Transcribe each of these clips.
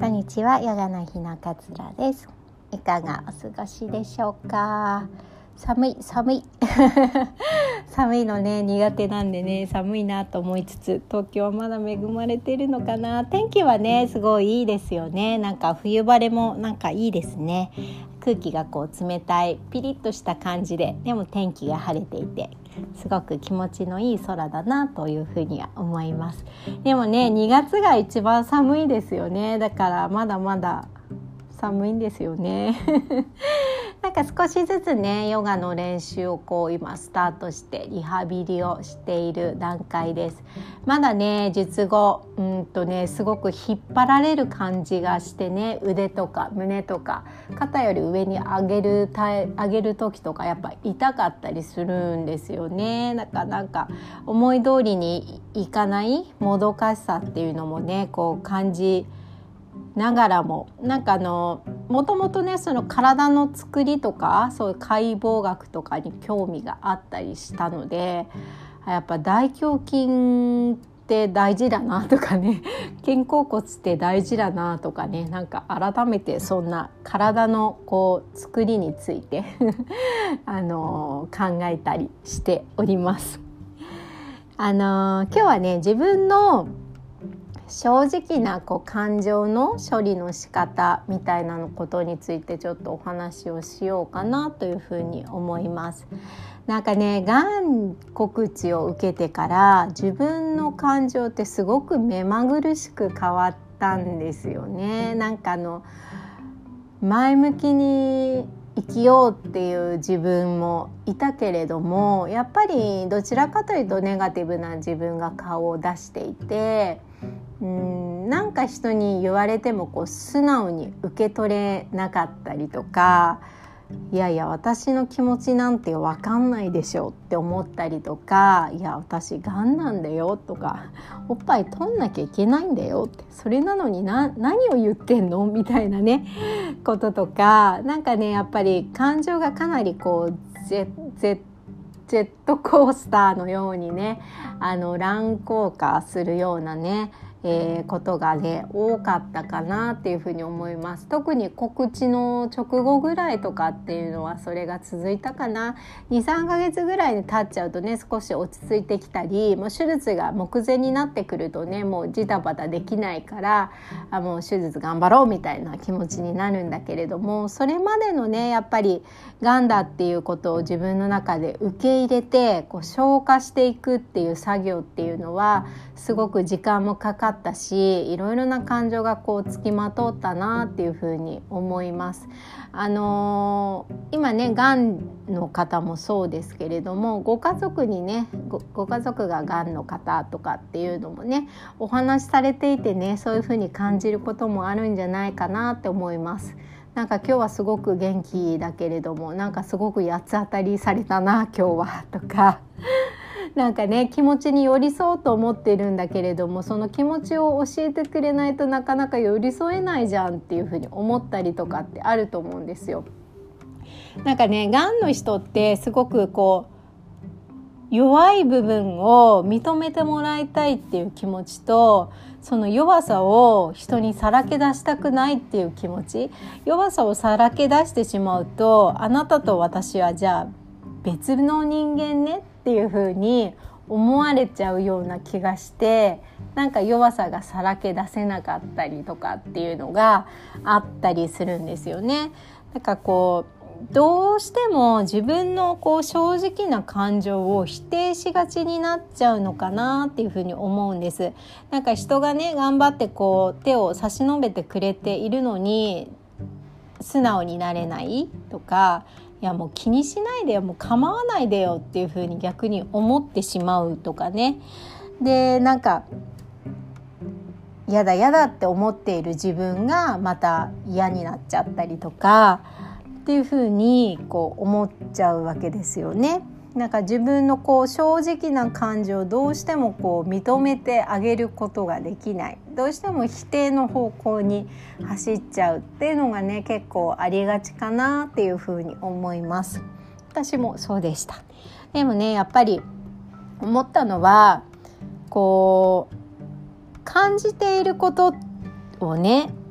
こんにちは、ヨガのひなかつらです。いかがお過ごしでしょうか。寒い寒いのね、苦手なんでね、寒いなと思いつつ、東京はまだ恵まれてるのかな。天気はねすごいいいですよね。なんか冬晴れもなんかいいですね。空気がこう冷たいピリッとした感じで、でも天気が晴れていてすごく気持ちのいい空だなというふうには思います。でもね、2月が一番寒いですよね。だからまだまだ寒いんですよねなんか少しずつね、ヨガの練習をこう今スタートしてリハビリをしている段階です。まだね、術後すごく引っ張られる感じがしてね、腕とか胸とか肩より上に上げる時とかやっぱ痛かったりするんですよね。なんか思い通りにいかないもどかしさっていうのもね、こう感じながらも、なんかもともとね、その体の作りとかそういう解剖学とかに興味があったりしたので、やっぱ大胸筋って大事だなとかね、肩甲骨って大事だなとかね、なんか改めてそんな体のこう作りについて考えたりしております。今日はね、自分の正直なこう感情の処理の仕方みたいなのことについてちょっとお話をしようかなというふうに思います。なんかね、がん告知を受けてから自分の感情ってすごく目まぐるしく変わったんですよね。なんか前向きに生きようっていう自分もいたけれども、やっぱりどちらかというとネガティブな自分が顔を出していて、なんか人に言われてもこう素直に受け取れなかったりとか、いやいや私の気持ちなんて分かんないでしょって思ったりとか、いや私がんなんだよとか、おっぱい取んなきゃいけないんだよって、それなのに何を言ってんのみたいなねこととか、なんかね、やっぱり感情がかなりこうジェットコースターのようにね、乱高下するようなね、ことがね多かったかなっていうふうに思います。特に告知の直後ぐらいとかっていうのはそれが続いたかな。 2,3 ヶ月ぐらいに経っちゃうとね、少し落ち着いてきたり、もう手術が目前になってくるとね、もうジタバタできないから、もう手術頑張ろうみたいな気持ちになるんだけれども、それまでのね、やっぱりがんだっていうことを自分の中で受け入れてこう消化していくっていう作業っていうのはすごく時間もかかったし、いろいろな感情がこうつきまとったなっていうふうに思います。今ね、がんの方もそうですけれども、ご家族にね、ご家族ががんの方とかっていうのもね、お話しされていてね、そういうふうに感じることもあるんじゃないかなって思います。なんか今日はすごく元気だけれども、なんかすごく八つ当たりされたな今日はとかなんかね、気持ちに寄り添おうと思っているんだけれども、その気持ちを教えてくれないとなかなか寄り添えないじゃんっていうふうに思ったりとかってあると思うんですよ。なんかね、がんの人ってすごくこう弱い部分を認めてもらいたいっていう気持ちと、その弱さを人にさらけ出したくないっていう気持ち、弱さをさらけ出してしまうと、あなたと私はじゃあ別の人間ねっていう風に思われちゃうような気がして、なんか弱さがさらけ出せなかったりとかっていうのがあったりするんですよね。だからこうどうしても自分のこう正直な感情を否定しがちになっちゃうのかなっていうふうに思うんです。なんか人がね、頑張ってこう手を差し伸べてくれているのに素直になれないとか、いやもう気にしないでよ、もう構わないでよっていうふうに逆に思ってしまうとかね。で、なんかやだって思っている自分がまた嫌になっちゃったりとかっていう風にこう思っちゃうわけですよね。なんか自分のこう正直な感情をどうしてもこう認めてあげることができない、どうしても否定の方向に走っちゃうっていうのがね、結構ありがちかなっていう風に思います。私もそうでした。でもね、やっぱり思ったのは、こう感じていることをね、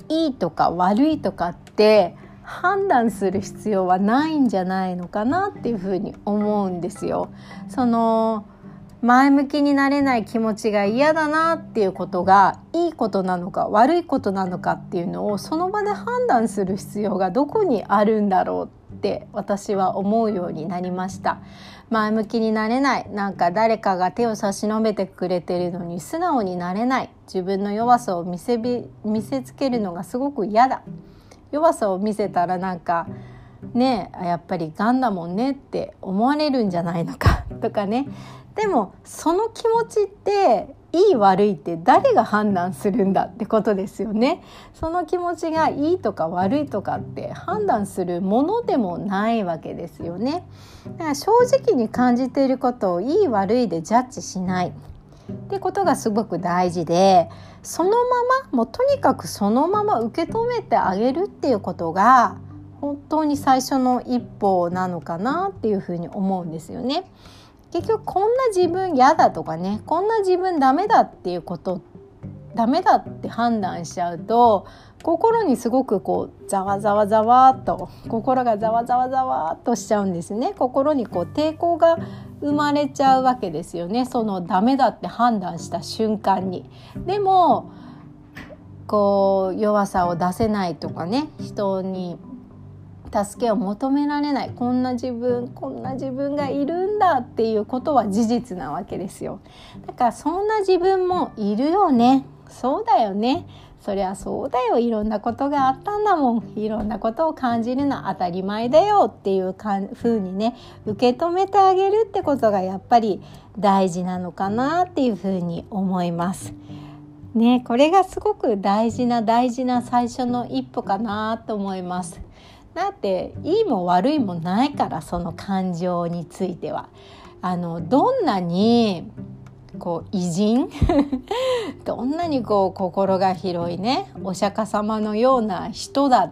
いいとか悪いとかって判断する必要はないんじゃないのかなっていうふうに思うんですよ。その前向きになれない気持ちが嫌だなっていうことがいいことなのか悪いことなのかっていうのをその場で判断する必要がどこにあるんだろうって私は思うようになりました。前向きになれない、なんか誰かが手を差し伸べてくれてるのに素直になれない、自分の弱さを見せつけるのがすごく嫌だ、弱さを見せたらなんかねやっぱりがんだもんねって思われるんじゃないのかとかね。でもその気持ちっていい悪いって誰が判断するんだってことですよね。その気持ちがいいとか悪いとかって判断するものでもないわけですよね。だから正直に感じていることをいい悪いでジャッジしないってことがすごく大事で、そのままもうとにかくそのまま受け止めてあげるっていうことが本当に最初の一歩なのかなっていうふうに思うんですよね。結局こんな自分嫌だとかね、こんな自分ダメだっていうこと、ダメだって判断しちゃうと心にすごくこうざわざわざわっと心がざわざわざわっとしちゃうんですね。心にこう抵抗が生まれちゃうわけですよね。そのダメだって判断した瞬間に。でもこう弱さを出せないとかね、人に助けを求められない、こんな自分がいるんだっていうことは事実なわけですよ。だからそんな自分もいるよね、そうだよね、そりゃそうだよ、いろんなことがあったんだもん、いろんなことを感じるのは当たり前だよっていう風にね受け止めてあげるってことがやっぱり大事なのかなっていう風に思いますね。これがすごく大事な最初の一歩かなと思います。だっていいも悪いもないから、その感情についてはどんなにこう偉人どんなにこう心が広いねお釈迦様のような人だって、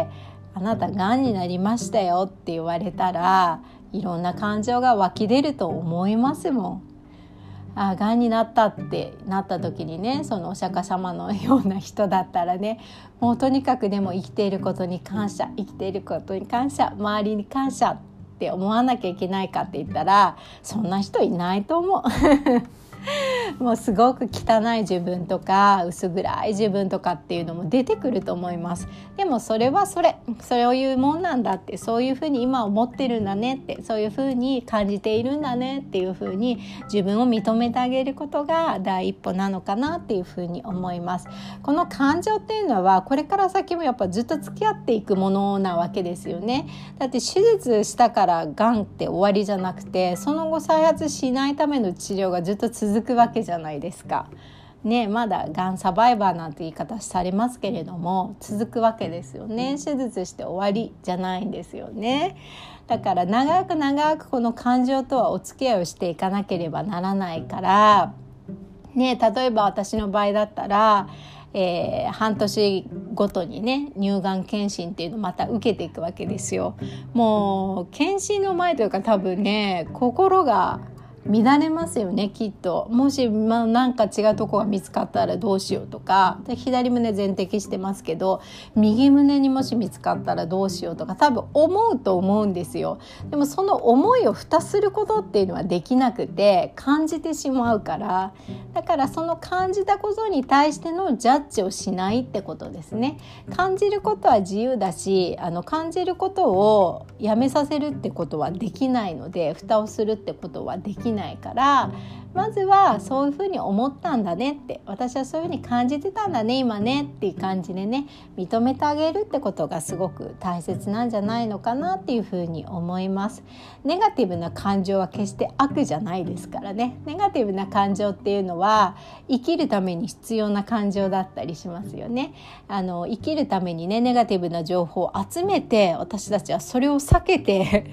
あなたがんになりましたよって言われたらいろんな感情が湧き出ると思いますもん。がんになったってなった時にね、そのお釈迦様のような人だったらね、もうとにかくでも生きていることに感謝、周りに感謝って思わなきゃいけないかって言ったらそんな人いないと思うもうすごく汚い自分とか薄暗い自分とかっていうのも出てくると思います。でもそれはそういうもんなんだって、そういうふうに今思ってるんだねって、そういうふうに感じているんだねっていうふうに自分を認めてあげることが第一歩なのかなっていうふうに思います。この感情っていうのはこれから先もやっぱずっと付き合っていくものなわけですよね。だって手術したからがんって終わりじゃなくて、その後再発しないための治療がずっと続くわけじゃないですかね。まだがんサバイバーなんて言い方されますけれども続くわけですよね。手術して終わりじゃないんですよね。だから長くこの感情とはお付き合いをしていかなければならないからね。例えば私の場合だったら半年ごとにね乳がん検診っていうのをまた受けていくわけですよ。もう検診の前というか多分ね心が乱れますよね、きっと。もし、なんか違うとこが見つかったらどうしようとか、左胸全摘してますけど右胸にもし見つかったらどうしようとか多分思うと思うんですよ。でもその思いを蓋することっていうのはできなくて感じてしまうから、だからその感じたことに対してのジャッジをしないってことですね。感じることは自由だし、感じることをやめさせるってことはできないので、蓋をするってことはできないから、まずはそういうふうに思ったんだねって、私はそういうふうに感じてたんだね今ねっていう感じでね認めてあげるってことがすごく大切なんじゃないのかなっていうふうに思います。ネガティブな感情は決して悪じゃないですからね。ネガティブな感情っていうのは生きるために必要な感情だったりしますよね。生きるためにねネガティブな情報を集めて、私たちはそれを避けて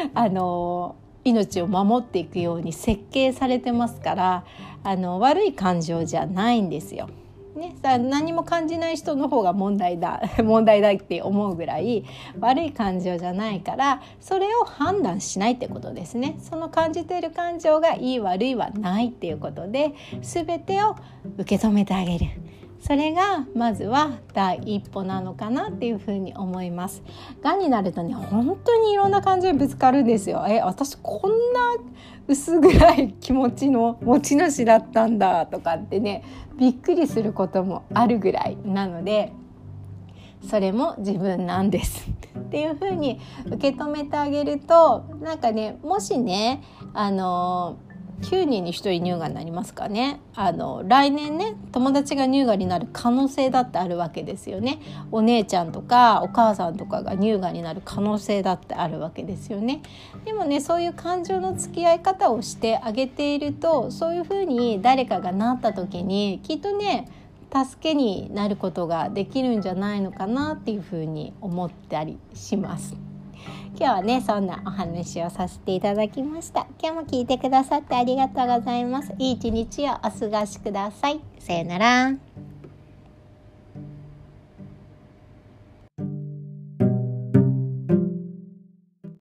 命を守っていくように設計されてますから、悪い感情じゃないんですよ、ね。何も感じない人の方が問題だって思うぐらい悪い感情じゃないから、それを判断しないってことですね。その感じている感情がいい悪いはないっていうことで、全てを受け止めてあげる。 それがまずは第一歩なのかなっていうふうに思います。がんになるとね、本当にいろんな感情にぶつかるんですよ。私こんな薄暗い気持ちの持ち主だったんだとかってね、びっくりすることもあるぐらいなので、それも自分なんですっていう風に受け止めてあげると、なんかね、もしね9人に1人乳がんになりますかね、来年ね友達が乳がんになる可能性だってあるわけですよね。お姉ちゃんとかお母さんとかが乳がんになる可能性だってあるわけですよね。でもね、そういう感情の付き合い方をしてあげていると、そういう風に誰かがなった時にきっとね助けになることができるんじゃないのかなっていうふうに思ったりします。今日はねそんなお話をさせていただきました。今日も聞いてくださってありがとうございます。いい一日をお過ごしください。さよなら。